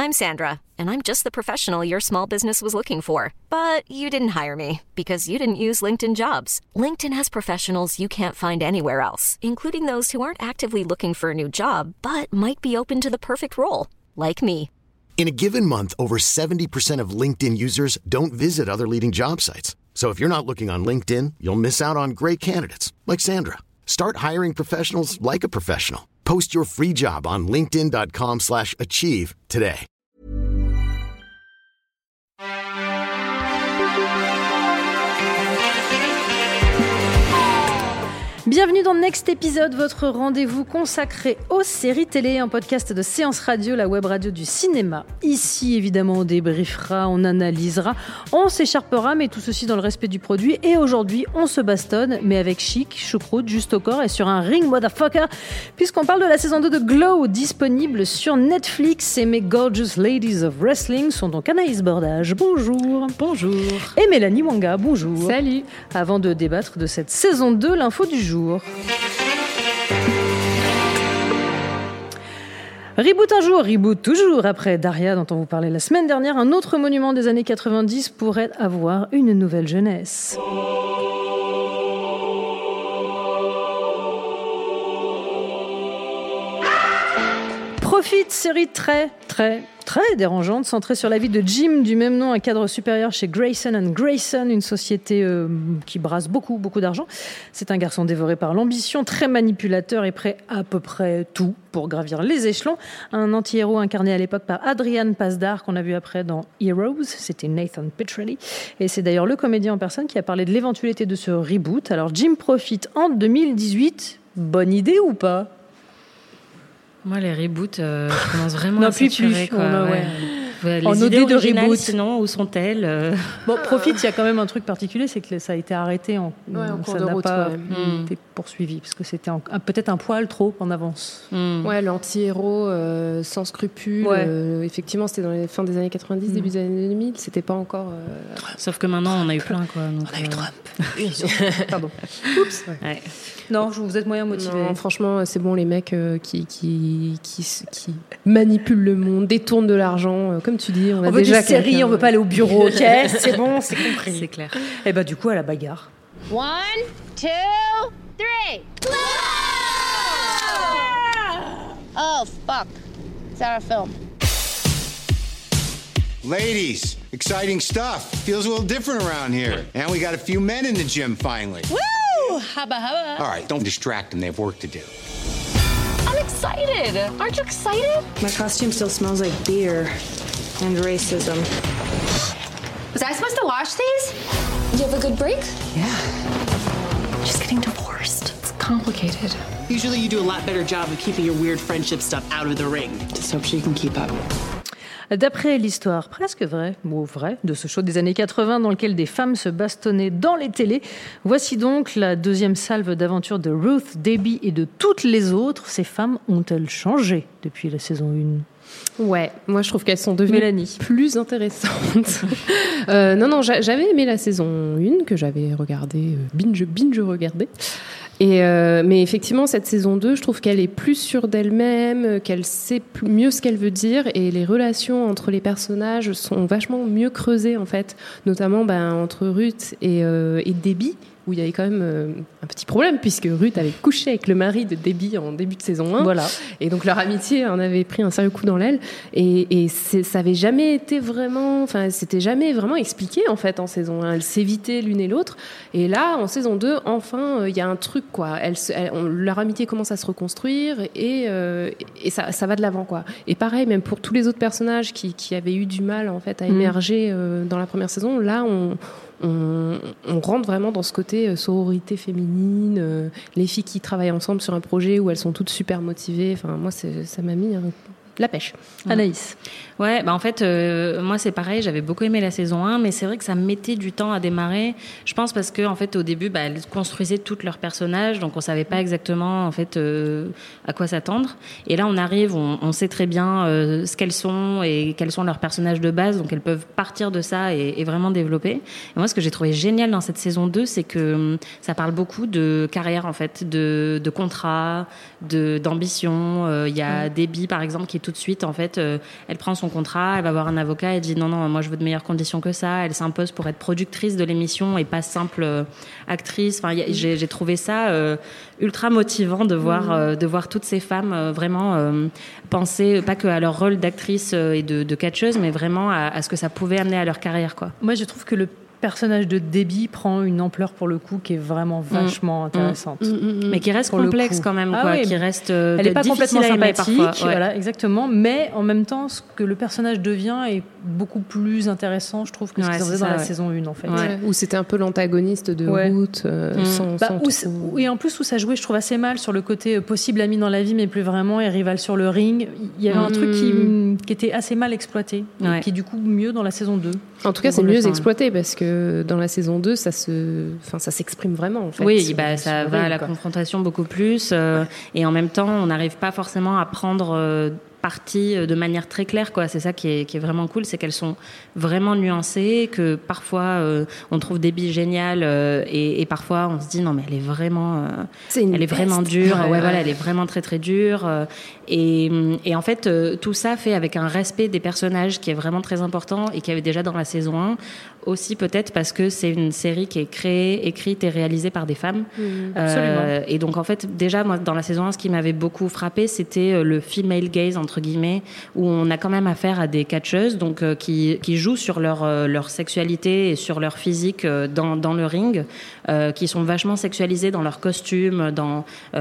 I'm Sandra, and I'm just the professional your small business was looking for. But you didn't hire me because you didn't use LinkedIn Jobs. LinkedIn has professionals you can't find anywhere else, including those who aren't actively looking for a new job, but might be open to the perfect role, like me. In a given month, over 70% of LinkedIn users don't visit other leading job sites. So if you're not looking on LinkedIn, you'll miss out on great candidates like Sandra. Start hiring professionals like a professional. Post your free job on linkedin.com/achieve today. Bienvenue dans Next Épisode, votre rendez-vous consacré aux séries télé, un podcast de Séance Radio, la web radio du cinéma. Ici, évidemment, on débriefera, on analysera, on s'écharpera, mais tout ceci dans le respect du produit. Et aujourd'hui, on se bastonne, mais avec chic, choucroute, juste au corps et sur un ring, motherfucker, puisqu'on parle de la saison 2 de Glow, disponible sur Netflix. Et mes gorgeous ladies of wrestling sont donc Anaïs Bordage, bonjour. Bonjour. Et Mélanie Wanga, bonjour. Salut. Avant de débattre de cette saison 2, l'info du jour. Reboot un jour, reboot toujours. Après Daria, dont on vous parlait la semaine dernière, un autre monument des années 90 pourrait avoir une nouvelle jeunesse. Profit, série très dérangeante, centrée sur la vie de Jim, du même nom, un cadre supérieur chez Grayson & Grayson, une société qui brasse beaucoup d'argent. C'est un garçon dévoré par l'ambition, très manipulateur et prêt à peu près tout pour gravir les échelons. Un anti-héros incarné à l'époque par Adrian Pasdar, qu'on a vu après dans Heroes, c'était Nathan Petrelli. Et c'est d'ailleurs le comédien en personne qui a parlé de l'éventualité de ce reboot. Alors Jim Profit en 2018, bonne idée ou pas ? Moi, les reboots, je commence vraiment à plus, saturer. Les en idées OD de originales, reboot. sinon, où sont-elles Bon, Profit, il y a quand même un truc particulier, c'est que ça a été arrêté, en cours ça de n'a route, pas ouais. été poursuivi, parce que c'était peut-être un poil trop en avance. Ouais, l'anti-héros sans scrupules. Ouais. Effectivement, c'était dans les fins des années 90, début des années 2000. C'était pas encore. Sauf que maintenant, on a eu plein, quoi. Donc, On a eu Trump. Pardon. Oups. Ouais. Non, vous êtes moyen motivé. Non, franchement, c'est bon, les mecs qui manipulent le monde, détournent de l'argent, comme tu dis. On veut déjà des séries, on veut pas aller au bureau, ok. C'est bon, c'est compris. C'est clair. Et bah du coup, à la bagarre. 1, 2, 3. Oh, fuck. Is that our film? Ladies, exciting stuff. Feels a little different around here. And we got a few men in the gym finally. Woo! Hubba hubba. All right, don't distract them. They have work to do. I'm excited. Aren't you excited? My costume still smells like beer and racism. Was I supposed to wash these? You have a good break? Yeah. She's getting divorced. It's complicated. Usually you do a lot better job of keeping your weird friendship stuff out of the ring. Just hope she can keep up. D'après l'histoire presque vraie, de ce show des années 80 dans lequel des femmes se bastonnaient dans les télés, voici donc la deuxième salve d'aventures de Ruth, Debbie et de toutes les autres. Ces femmes ont-elles changé depuis la saison 1 ? Ouais, moi je trouve qu'elles sont devenues Mélanie. plus intéressantes. Non, j'avais aimé la saison 1 que j'avais regardée, binge regardée. Mais effectivement, cette saison 2, je trouve qu'elle est plus sûre d'elle-même, qu'elle sait mieux ce qu'elle veut dire, et les relations entre les personnages sont vachement mieux creusées en fait, notamment entre Ruth et Debbie, où il y avait quand même un petit problème, puisque Ruth avait couché avec le mari de Debbie en début de saison 1. Voilà. Et donc leur amitié en avait pris un sérieux coup dans l'aile. Et ça avait jamais été vraiment... Enfin, c'était jamais vraiment expliqué, en fait, en saison 1. Elles s'évitaient l'une et l'autre. Et là, en saison 2, enfin, il y a un truc, quoi. Leur amitié commence à se reconstruire et ça va de l'avant, quoi. Et pareil, même pour tous les autres personnages qui avaient eu du mal, en fait, à émerger dans la première saison, là, on rentre vraiment dans ce côté sororité féminine, les filles qui travaillent ensemble sur un projet où elles sont toutes super motivées. Enfin, moi, ça m'a mis la pêche. Anaïs. Ouais, en fait, moi c'est pareil, j'avais beaucoup aimé la saison 1, mais c'est vrai que ça mettait du temps à démarrer. Je pense parce que en fait, au début, elles construisaient tous leurs personnages, donc on savait pas exactement en fait à quoi s'attendre. Et là, on arrive, on sait très bien ce qu'elles sont et quels sont leurs personnages de base, donc elles peuvent partir de ça et vraiment développer. Et moi, ce que j'ai trouvé génial dans cette saison 2, c'est que ça parle beaucoup de carrière en fait, de contrat, d'ambition. Il y a Debbie par exemple qui tout de suite en fait, elle prend son son contrat, elle va voir un avocat, elle dit non, moi je veux de meilleures conditions que ça. Elle s'impose pour être productrice de l'émission et pas simple actrice. Enfin, j'ai trouvé ça ultra motivant de voir toutes ces femmes vraiment penser pas que à leur rôle d'actrice et de catcheuse, mais vraiment à ce que ça pouvait amener à leur carrière, quoi. Moi, je trouve que le personnage de Debbie prend une ampleur pour le coup qui est vraiment vachement intéressante, mais qui reste complexe quand même, quoi. Qui reste elle n'est pas complètement sympathique, parfois, voilà, exactement, mais en même temps ce que le personnage devient est beaucoup plus intéressant, je trouve, que ce qu'ils faisaient dans la saison 1 en fait, où c'était un peu l'antagoniste de Ruth, et en plus où ça jouait, je trouve, assez mal sur le côté possible ami dans la vie mais plus vraiment, et rival sur le ring. Il y avait un truc qui était assez mal exploité, et qui est du coup mieux dans la saison 2. En tout cas, c'est mieux exploité parce que dans la saison 2, ça s'exprime vraiment, en fait. Oui, ça va à la confrontation beaucoup plus. Et en même temps, on n'arrive pas forcément à prendre partie de manière très claire, quoi. C'est ça qui est vraiment cool, c'est qu'elles sont vraiment nuancées, que parfois on trouve Debbie géniale et parfois on se dit non mais elle est vraiment dure. Voilà, elle est vraiment très très dure. Et en fait, tout ça fait avec un respect des personnages qui est vraiment très important et qui avait déjà dans la saison 1. Aussi peut-être parce que c'est une série qui est créée, écrite et réalisée par des femmes. Absolument. Et donc en fait, déjà moi dans la saison 1, ce qui m'avait beaucoup frappé, c'était le female gaze entre guillemets, où on a quand même affaire à des catcheuses, donc qui jouent sur leur sexualité et sur leur physique dans le ring, qui sont vachement sexualisées dans leurs costumes, dans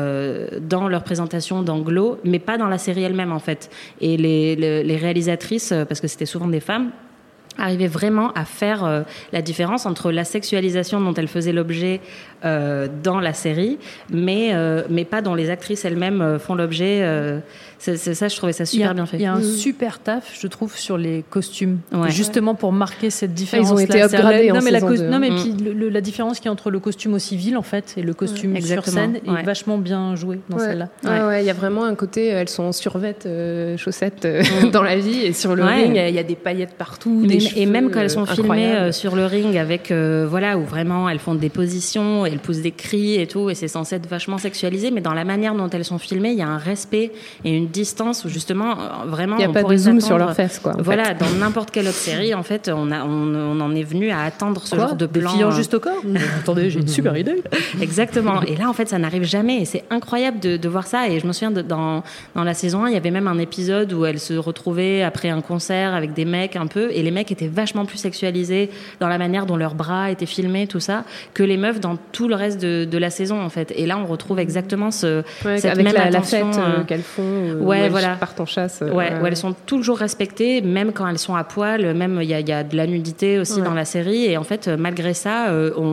leur présentation d'anglo, mais pas dans la série elle-même en fait. Et les réalisatrices, parce que c'était souvent des femmes, arrivaient vraiment à faire la différence entre la sexualisation dont elles faisaient l'objet dans la série, mais pas dont les actrices elles-mêmes font l'objet. C'est ça, je trouvais ça super bien fait. Il y a un super taf, je trouve, sur les costumes, justement pour marquer cette différence. Ils ont été upgradés en saison 2. Non, mais puis la différence qui est entre le costume au civil, en fait, et le costume sur scène est vachement bien joué dans celle-là. Il y a vraiment un côté, elles sont en survêt, chaussettes dans la vie, et sur le ring, il y a des paillettes partout, des cheveux, et même quand elles sont filmées sur le ring avec, où vraiment elles font des positions, elles poussent des cris et tout, et c'est censé être vachement sexualisé, mais dans la manière dont elles sont filmées, il y a un respect et une distance où justement, vraiment, il n'y a pas de zoom sur leurs fesses, quoi. Voilà, dans n'importe quelle autre série, en fait, on en est venu à attendre ce genre de plan. Défiant juste au corps. Attendez, j'ai une super idée. Exactement. Et là, en fait, ça n'arrive jamais, et c'est incroyable de voir ça. Et je me souviens dans la saison 1, il y avait même un épisode où elles se retrouvaient après un concert avec des mecs un peu, et les mecs étaient vachement plus sexualisés dans la manière dont leurs bras étaient filmés, tout ça, que les meufs dans tout le reste de la saison, en fait. Et là, on retrouve exactement cette avec même la attention, fête qu'elles font, où elles partent en chasse. Où elles sont toujours respectées, même quand elles sont à poil, même il y a de la nudité aussi dans la série, et en fait, malgré ça,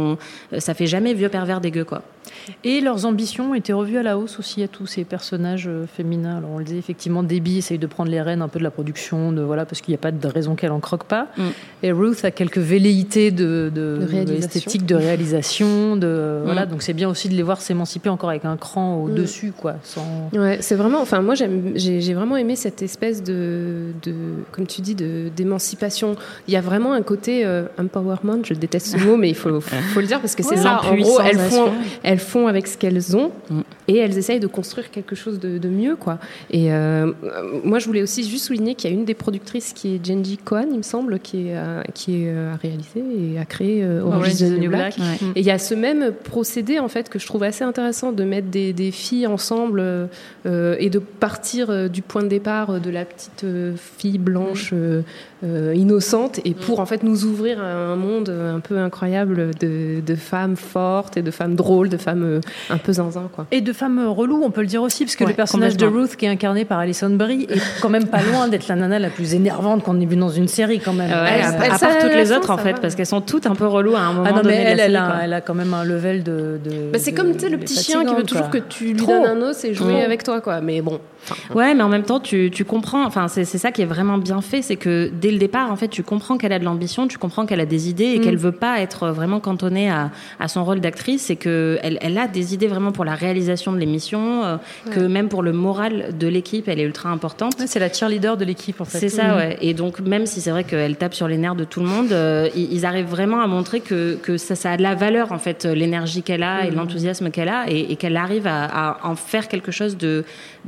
ça fait jamais vieux pervers dégueu, quoi. Et leurs ambitions étaient revues à la hausse aussi à tous ces personnages féminins. Alors on le disait, effectivement, Debbie essaye de prendre les rênes un peu de la production, parce qu'il n'y a pas de raison qu'elle en croque pas. Et Ruth a quelques velléités esthétiques, de réalisation, voilà. Donc c'est bien aussi de les voir s'émanciper encore avec un cran au-dessus, quoi. Ouais, c'est vraiment. Enfin, moi j'ai vraiment aimé cette espèce de comme tu dis, d'émancipation. Il y a vraiment un côté empowerment. Je déteste ce mot, mais il faut le dire parce que c'est ça. En gros, elles font avec ce qu'elles ont et elles essayent de construire quelque chose de mieux, quoi. Et moi, je voulais aussi juste souligner qu'il y a une des productrices qui est Jenji Kohan, il me semble, qui a réalisé et a créé Orange is the New Black. Et il y a ce même procédé, en fait, que je trouve assez intéressant, de mettre des filles ensemble et de partir du point de départ de la petite fille blanche innocente, et pour en fait nous ouvrir à un monde un peu incroyable de femmes fortes et de femmes drôles, de femmes un peu zinzin, quoi. Et de femmes reloues, on peut le dire aussi, parce que le personnage de Ruth, qui est incarné par Alison Brie, est quand même pas loin d'être la nana la plus énervante qu'on ait vue dans une série, quand même. À part toutes les autres, en fait, parce qu'elles sont toutes un peu reloues à un moment donné. Elle a quand même un level de c'est comme, tu sais, le petit chien qui veut toujours que tu lui donnes un os et jouer avec toi, quoi. Mais bon. Ouais, mais en même temps, tu comprends. Enfin, c'est ça qui est vraiment bien fait, c'est que dès le départ, en fait, tu comprends qu'elle a de l'ambition, tu comprends qu'elle a des idées et qu'elle veut pas être vraiment cantonnée à son rôle d'actrice, et que elle a des idées vraiment pour la réalisation de l'émission, que même pour le moral de l'équipe, elle est ultra importante. Ouais, c'est la cheerleader de l'équipe, en fait. C'est ça, ouais. Et donc, même si c'est vrai qu'elle tape sur les nerfs de tout le monde, ils arrivent vraiment à montrer que ça a de la valeur, en fait, l'énergie qu'elle a et l'enthousiasme qu'elle a, et qu'elle arrive à en faire quelque chose de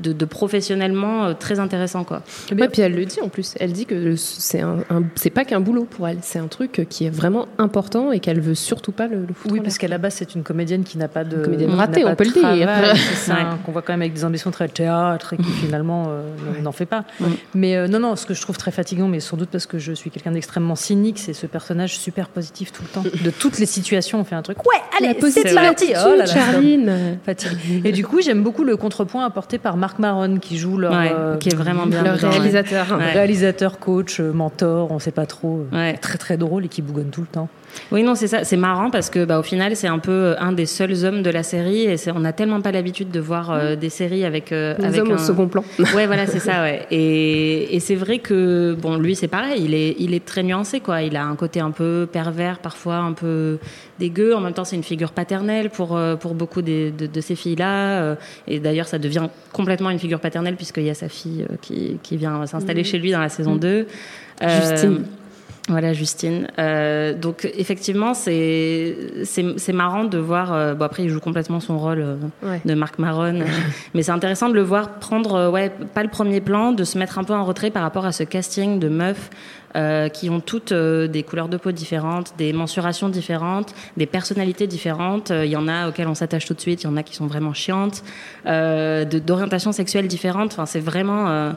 professionnellement très intéressant, quoi. Ouais, puis elle le dit en plus. Elle dit que c'est pas qu'un boulot pour elle. C'est un truc qui est vraiment important et qu'elle veut surtout pas le foutre. Oui, parce qu'à la base, c'est une comédienne qui n'a pas de... Une comédienne ratée, on peut le dire. C'est ça, qu'on voit quand même avec des ambitions très théâtre et qui finalement n'en fait pas. Mais non, ce que je trouve très fatigant, mais sans doute parce que je suis quelqu'un d'extrêmement cynique, c'est ce personnage super positif tout le temps. De toutes les situations, on fait un truc. Ouais, allez, c'est parti. Oh là là, Charline. Et du coup, j'aime beaucoup le contrepoint apporté par Marc Maron, qui joue qui est vraiment bien leur réalisateur. Réalisateur, coach, mentor, on sait pas trop. Très très drôle et qui bougonne tout le temps. Oui, non, c'est ça. C'est marrant parce que, au final, c'est un peu un des seuls hommes de la série et on n'a tellement pas l'habitude de voir des séries avec hommes au second plan. Ouais, voilà, c'est ça, ouais. Et c'est vrai que, bon, lui, c'est pareil. Il est très nuancé, quoi. Il a un côté un peu pervers, parfois un peu dégueu. En même temps, c'est une figure paternelle pour beaucoup de ces filles-là. Et d'ailleurs, ça devient complètement une figure paternelle puisqu'il y a sa fille qui vient s'installer chez lui dans la saison 2. Justine. Voilà, Justine. Donc effectivement, c'est marrant de voir. Après, il joue complètement son rôle de Marc Maron, mais c'est intéressant de le voir prendre, pas le premier plan, de se mettre un peu en retrait par rapport à ce casting de meufs qui ont toutes des couleurs de peau différentes, des mensurations différentes, des personnalités différentes. Il y en a auxquelles on s'attache tout de suite, il y en a qui sont vraiment chiantes, d'orientation sexuelle différente. Enfin, c'est vraiment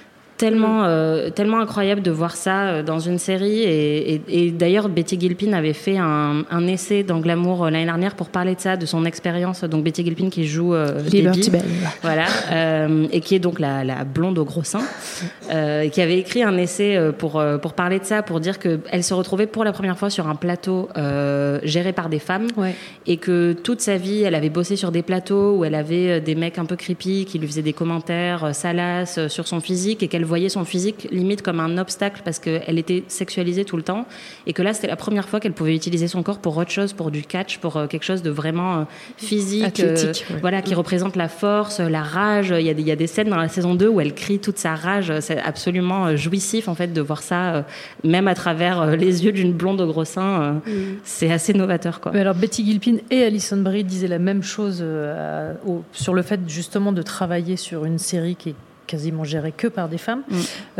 tellement incroyable de voir ça dans une série et d'ailleurs Betty Gilpin avait fait un essai dans Glamour l'année dernière pour parler de ça, de son expérience. Donc Betty Gilpin qui joue Liberty Bell, voilà, et qui est donc la blonde au gros sein, qui avait écrit un essai pour parler de ça, pour dire que elle se retrouvait pour la première fois sur un plateau géré par des femmes, et que toute sa vie elle avait bossé sur des plateaux où elle avait des mecs un peu creepy qui lui faisaient des commentaires salaces sur son physique, et qu'elle voyait son physique limite comme un obstacle parce qu'elle était sexualisée tout le temps, et que là c'était la première fois qu'elle pouvait utiliser son corps pour autre chose, pour du catch, pour quelque chose de vraiment physique, athlétique, voilà, qui représente la force, la rage. Il y a des scènes dans la saison 2 où elle crie toute sa rage. C'est absolument jouissif en fait de voir ça, même à travers les yeux d'une blonde au gros sein. C'est assez novateur, quoi. Mais alors Betty Gilpin et Alison Brie disaient la même chose sur le fait justement de travailler sur une série qui est quasiment gérée que par des femmes.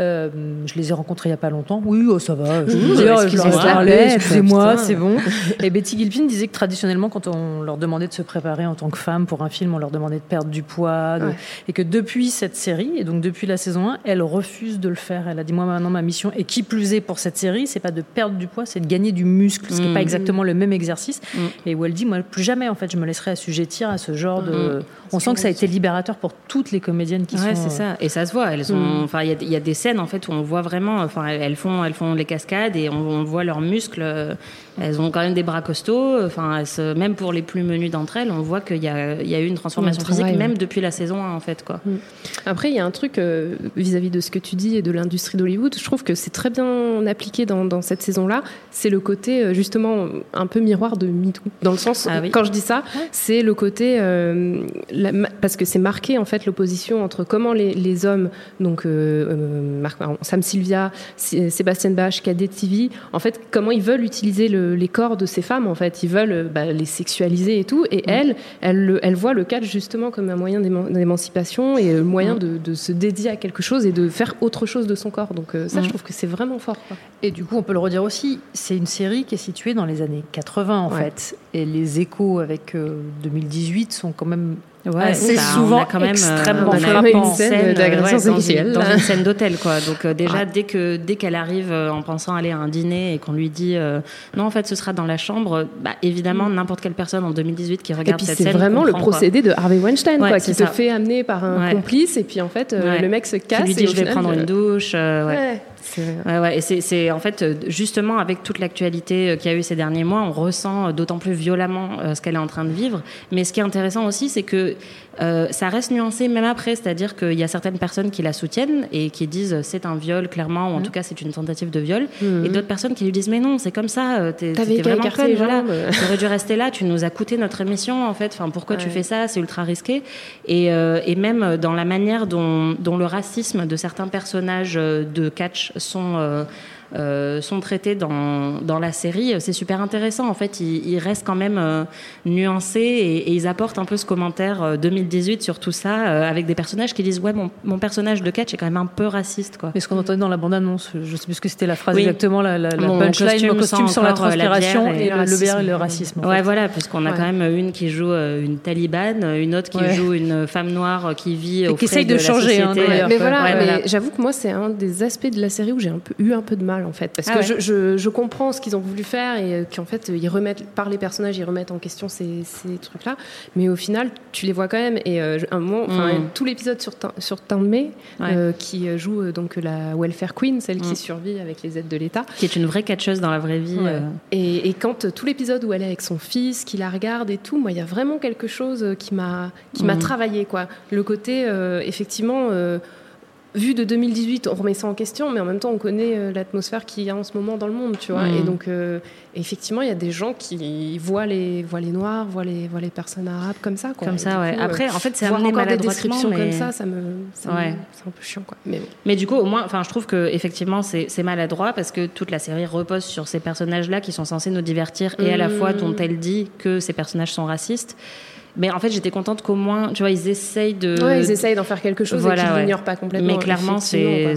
Je les ai rencontrés il n'y a pas longtemps. Oui, ça va. Excusez-moi, c'est bon. Et Betty Gilpin disait que traditionnellement, quand on leur demandait de se préparer en tant que femme pour un film, on leur demandait de perdre du poids. Et que depuis cette série, et donc depuis la saison 1, elle refuse de le faire. Elle a dit, moi maintenant, ma mission, et qui plus est pour cette série, c'est pas de perdre du poids, c'est de gagner du muscle, ce qui n'est pas exactement le même exercice. Et où elle dit, moi, plus jamais, en fait, je me laisserai assujettir à ce genre de... On sent que ça a été libérateur pour toutes les comédiennes qui sont... c'est ça. Et ça se voit. Elles ont, enfin, il y a des scènes en fait où on voit vraiment, enfin, elles font les cascades et on voit leurs muscles. Elles ont quand même des bras costauds. Enfin, même pour les plus menues d'entre elles, on voit qu'il y a eu une transformation physique, même depuis la saison 1 en fait, quoi. Après, il y a un truc vis-à-vis de ce que tu dis et de l'industrie d'Hollywood. Je trouve que c'est très bien appliqué dans cette saison-là. C'est le côté justement un peu miroir de MeToo. Dans le sens, quand je dis ça, c'est le côté parce que c'est marqué en fait l'opposition entre comment les hommes, donc Sam Sylvia, Sébastien Bach, Cadet TV, en fait comment ils veulent utiliser les corps de ces femmes, en fait ils veulent les sexualiser et tout, et elle voit le catch justement comme un moyen d'émancipation et le moyen de se dédier à quelque chose et de faire autre chose de son corps. Donc ça je trouve que c'est vraiment fort, quoi. Et du coup on peut le redire aussi, c'est une série qui est située dans les années 80 en fait, et les échos avec 2018 sont quand même assez souvent quand même extrêmement frappants. Une scène d'agression sexuelle dans une scène d'hôtel, quoi. Donc déjà dès qu'elle arrive en pensant aller à un dîner et qu'on lui dit non en fait ce sera dans la chambre, évidemment n'importe quelle personne en 2018 qui regarde cette scène, c'est vraiment le procédé de Harvey Weinstein, quoi, qui te fait amener par un complice, et puis en fait le mec se casse, qui lui dit je vais prendre une douche. Et c'est en fait justement avec toute l'actualité qu'il y a eu ces derniers mois, on ressent d'autant plus violemment ce qu'elle est en train de vivre. Mais ce qui est intéressant aussi, c'est que ça reste nuancé même après, c'est-à-dire qu'il y a certaines personnes qui la soutiennent et qui disent c'est un viol clairement, ou en tout cas c'est une tentative de viol, et d'autres personnes qui lui disent mais non, c'est comme ça, t'es vraiment conne, voilà, t'aurais dû rester là, tu nous as coûté notre émission en fait, enfin pourquoi tu fais ça, c'est ultra risqué. Et même dans la manière dont le racisme de certains personnages de catch sont sont traités dans la série, c'est super intéressant. En fait, ils restent quand même nuancés et ils apportent un peu ce commentaire 2018 sur tout ça, avec des personnages qui disent mon personnage de Ketch est quand même un peu raciste, quoi. Mais ce qu'on entendait dans la bande-annonce, je sais plus ce que c'était la phrase Oui. exactement, la punchline, mon costume sans la transpiration et le bière et le racisme. Ouais, voilà, puisqu'on a quand même une qui joue une talibane, une autre qui joue une femme noire qui vit au frais de la société. Mais voilà, j'avoue que moi, c'est un des aspects de la série où j'ai eu un peu de mal, en fait, parce que je comprends ce qu'ils ont voulu faire et qu'en fait, ils remettent, par les personnages, ils remettent en question ces trucs-là, mais au final, tu les vois quand même. Et un moment, tout l'épisode sur Tanmay, qui joue donc la welfare queen, celle qui survit avec les aides de l'État, qui est une vraie catcheuse dans la vraie vie. Et quand tout l'épisode où elle est avec son fils, qui la regarde et tout, moi, il y a vraiment quelque chose qui m'a travaillé, quoi. Le côté, effectivement, vu de 2018, on remet ça en question, mais en même temps, on connaît l'atmosphère qu'il y a en ce moment dans le monde, tu vois. Et donc, effectivement, il y a des gens qui voient les Noirs, voient les personnes arabes comme ça, quoi. Comme ça, ouais. Après, en fait, c'est voir amené encore des maladroitement, descriptions mais... comme ça, c'est un peu chiant, quoi. Mais du coup, au moins, enfin, je trouve que effectivement, c'est maladroit parce que toute la série repose sur ces personnages-là qui sont censés nous divertir et à la fois dont elle dit que ces personnages sont racistes. Mais en fait, j'étais contente qu'au moins, tu vois, ils essayent d'en faire quelque chose et qu'ils l'ignorent pas complètement. Mais clairement, c'est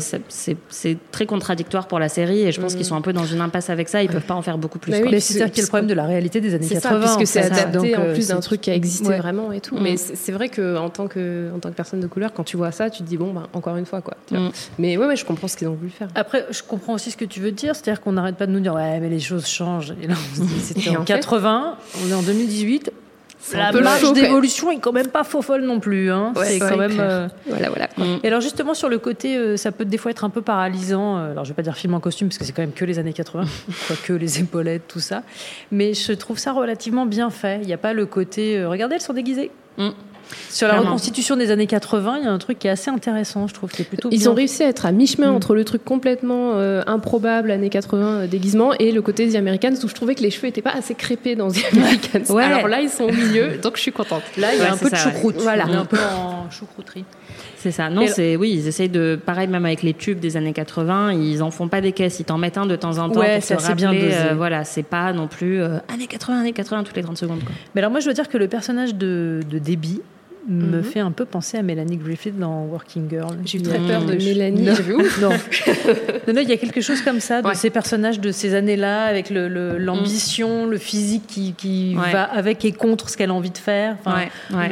très contradictoire pour la série et je pense qu'ils sont un peu dans une impasse avec ça. Ils peuvent pas en faire beaucoup plus. Mais c'est-à-dire qu'il y a le problème de la réalité des années 80. Ça, puisque c'est adapté en plus d'un truc qui a existé Ouais. vraiment et tout. Mais c'est vrai qu'en tant que personne de couleur, quand tu vois ça, tu te dis bon, bah, encore une fois, quoi. Tu vois. Mais ouais, je comprends ce qu'ils ont voulu faire. Après, je comprends aussi ce que tu veux dire, c'est-à-dire qu'on n'arrête pas de nous dire ouais, mais les choses changent. Et là, on se dit c'était en 80, on est en 2018. La marge d'évolution est quand même pas faux folle non plus. Hein. Ouais, c'est quand même. Voilà. Et alors justement sur le côté, ça peut des fois être un peu paralysant. Alors je vais pas dire film en costume parce que c'est quand même que les années 80, quoique les épaulettes, tout ça. Mais je trouve ça relativement bien fait. Il n'y a pas le côté. Regardez, elles sont déguisées. Sur la reconstitution des années 80, il y a un truc qui est assez intéressant, je trouve, qui est plutôt Ils bien. ont réussi à être à mi-chemin entre le truc complètement improbable, années 80, déguisement, et le côté The Americans, où je trouvais que les cheveux n'étaient pas assez crépés dans The Americans. Ouais. Alors là, ils sont au milieu, donc je suis contente. Là, il y a un peu de choucroute. Voilà. On est un peu en choucrouterie. C'est ça. Non, ils essayent de, pareil, même avec les tubes des années 80, ils en font pas des caisses, ils t'en mettent un de temps en temps pour te rappeler. Bien voilà, c'est pas non plus années 80 toutes les 30 secondes, quoi. Mais alors moi, je veux dire que le personnage de Debbie me fait un peu penser à Mélanie Griffith dans Working Girl. J'ai eu très peur de Mélanie. Non. Non, il y a quelque chose comme ça de ces personnages de ces années-là, avec l'ambition, le physique qui va avec et contre ce qu'elle a envie de faire. Enfin,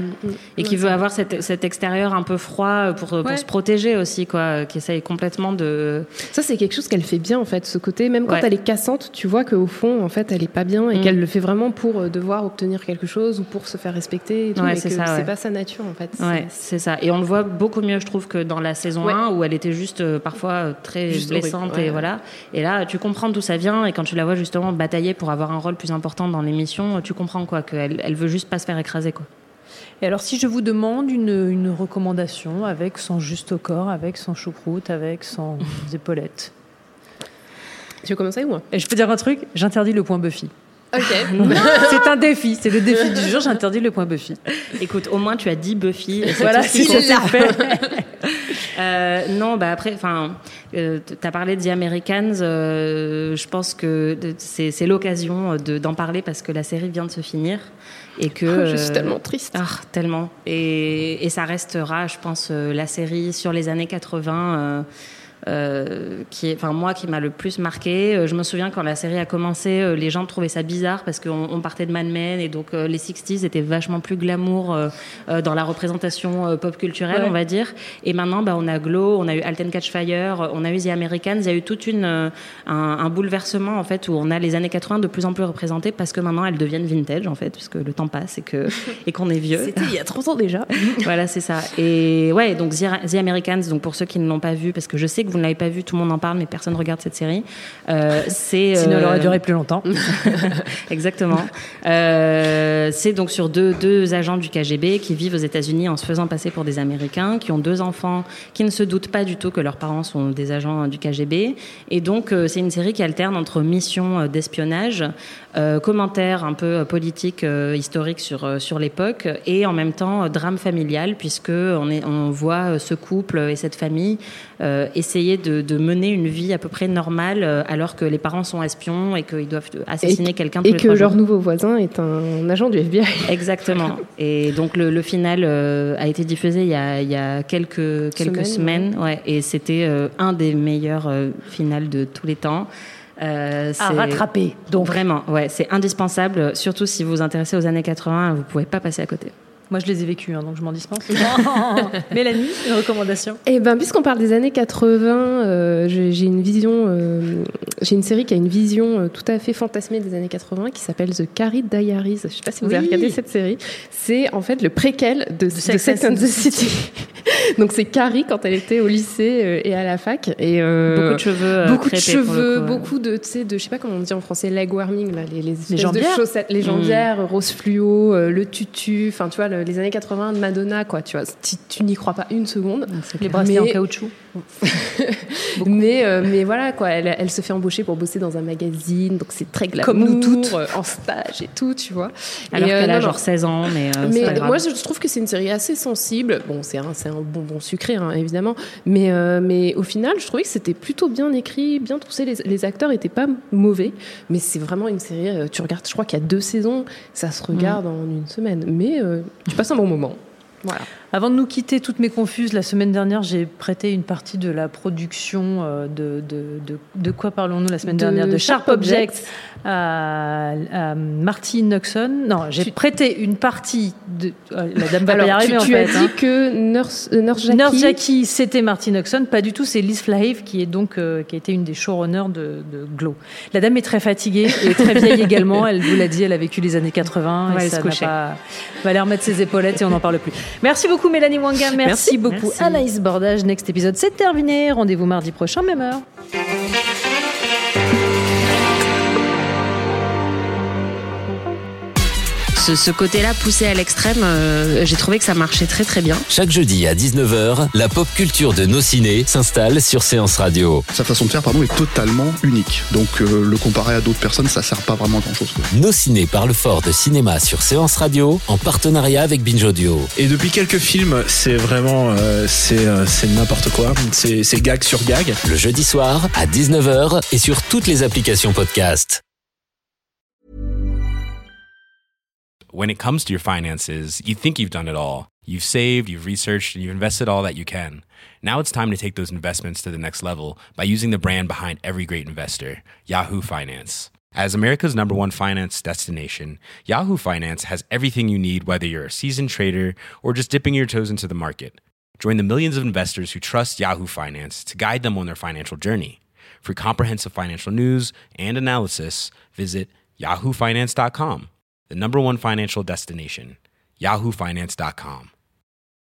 et qui veut avoir cet extérieur un peu froid pour se protéger aussi, quoi, qui essaye complètement de... Ça, c'est quelque chose qu'elle fait bien, en fait, ce côté. Même quand elle est cassante, tu vois qu'au fond, en fait, elle est pas bien et qu'elle le fait vraiment pour devoir obtenir quelque chose ou pour se faire respecter et tout, mais c'est pas sa nature, en fait. C'est ça. Et on le voit beaucoup mieux, je trouve, que dans la saison 1 où elle était juste parfois très blessante et voilà. Et là, tu comprends d'où ça vient et quand tu la vois justement batailler pour avoir un rôle plus important dans l'émission, tu comprends quoi, qu'elle veut juste pas se faire écraser, quoi. Et alors, si je vous demande une recommandation avec son juste au corps, avec son choucroute, avec son épaulettes. Tu veux commencer ou moi ? Et je peux dire un truc, j'interdis le point Buffy. Ok. C'est un défi, c'est le défi du jour, j'interdis le point Buffy. Écoute, au moins tu as dit Buffy. Et voilà, si c'est fait. Non, bah après, enfin, t'as parlé de The Americans. Je pense que c'est l'occasion d'en parler parce que la série vient de se finir et que je suis tellement triste. Tellement. Et ça restera, je pense, la série sur les années 80. Qui m'a le plus marqué. Je me souviens quand la série a commencé, les gens trouvaient ça bizarre parce qu'on partait de Mad Men et donc les 60s étaient vachement plus glamour dans la représentation pop culturelle, on va dire. Et maintenant, on a Glow, on a eu Halt and Catch Fire, on a eu The Americans. Il y a eu tout un bouleversement en fait où on a les années 80 de plus en plus représentées parce que maintenant elles deviennent vintage en fait, puisque le temps passe et qu'on est vieux. C'était il y a 30 ans déjà. Voilà, c'est ça. Et ouais, donc The Americans, donc pour ceux qui ne l'ont pas vu, parce que je sais que vous ne l'avez pas vu, tout le monde en parle, mais personne ne regarde cette série. Sinon, elle aurait duré plus longtemps. Exactement. C'est donc sur deux agents du KGB qui vivent aux États-Unis en se faisant passer pour des Américains, qui ont 2 enfants, qui ne se doutent pas du tout que leurs parents sont des agents du KGB. Et donc, c'est une série qui alterne entre mission d'espionnage, commentaires un peu politiques, historiques sur l'époque, et en même temps drame familial, puisque on voit ce couple et cette famille essayer de mener une vie à peu près normale alors que les parents sont espions et qu'ils doivent assassiner quelqu'un tous les 3 jours. Et que leur nouveau voisin est un agent du FBI. Exactement. Et donc le final a été diffusé il y a quelques semaines. Ouais. Et c'était un des meilleurs finales de tous les temps. À rattraper. Donc vraiment, ouais, c'est indispensable. Surtout si vous vous intéressez aux années 80, vous pouvez pas passer à côté. Moi, je les ai vécus, donc je m'en dispense. Mélanie, une recommandation? Eh ben, puisqu'on parle des années 80, j'ai une série qui a une vision tout à fait fantasmée des années 80 qui s'appelle The Carrie Diaries. Je ne sais pas si vous avez regardé cette série. C'est en fait le préquel de Sex and the City. Donc c'est Carrie quand elle était au lycée et à la fac. Et, beaucoup de cheveux, beaucoup de, tu sais, je sais pas comment on dit en français, leg warming, là, les jambières. de chaussettes, les jambières, rose fluo, le tutu, enfin tu vois, les années 80 de Madonna, quoi, tu vois, tu n'y crois pas une seconde. Les bracelets en caoutchouc. mais voilà, quoi, elle se fait embaucher pour bosser dans un magazine, donc c'est très glamour, comme nous toutes, en stage et tout, tu vois. Alors qu'elle a genre 16 ans, mais moi je trouve que c'est une série assez sensible. Bon, c'est un bonbon sucré, hein, évidemment, mais au final, je trouvais que c'était plutôt bien écrit, bien troussé. Les acteurs étaient pas mauvais, mais c'est vraiment une série. Tu regardes, je crois qu'il y a 2 saisons, ça se regarde en une semaine, mais tu passes un bon moment. Voilà. Avant de nous quitter, toutes mes confuses, la semaine dernière, j'ai prêté une partie de la production de quoi parlons-nous la semaine dernière? De Sharp Objects à Marty Noxon. Non, j'ai prêté une partie de... la dame va pas y arriver, en fait. Tu as dit que Nurse Jackie, c'était Marty Noxon. Pas du tout, c'est Liz Flahav qui a été une des showrunners de Glow. La dame est très fatiguée et très vieille également. Elle vous l'a dit, elle a vécu les années 80. Ouais, et ça n'a pas... va aller remettre ses épaulettes et on n'en parle plus. Merci beaucoup Mélanie Wanga, merci beaucoup Anaïs Bordage. Next épisode, c'est terminé. Rendez-vous mardi prochain, même heure. Ce côté-là poussé à l'extrême, j'ai trouvé que ça marchait très très bien. Chaque jeudi à 19h, la pop culture de Nos Ciné s'installe sur Séance Radio. Sa façon de faire, est totalement unique. Donc le comparer à d'autres personnes, ça sert pas vraiment à grand-chose. Nos Ciné parle fort de cinéma sur Séance Radio en partenariat avec Binge Audio. Et depuis quelques films, c'est vraiment c'est n'importe quoi. C'est gag sur gag. Le jeudi soir à 19h et sur toutes les applications podcast. When it comes to your finances, you think you've done it all. You've saved, you've researched, and you've invested all that you can. Now it's time to take those investments to the next level by using the brand behind every great investor, Yahoo Finance. As America's #1 finance destination, Yahoo Finance has everything you need, whether you're a seasoned trader or just dipping your toes into the market. Join the millions of investors who trust Yahoo Finance to guide them on their financial journey. For comprehensive financial news and analysis, visit yahoofinance.com. The #1 financial destination, yahoofinance.com.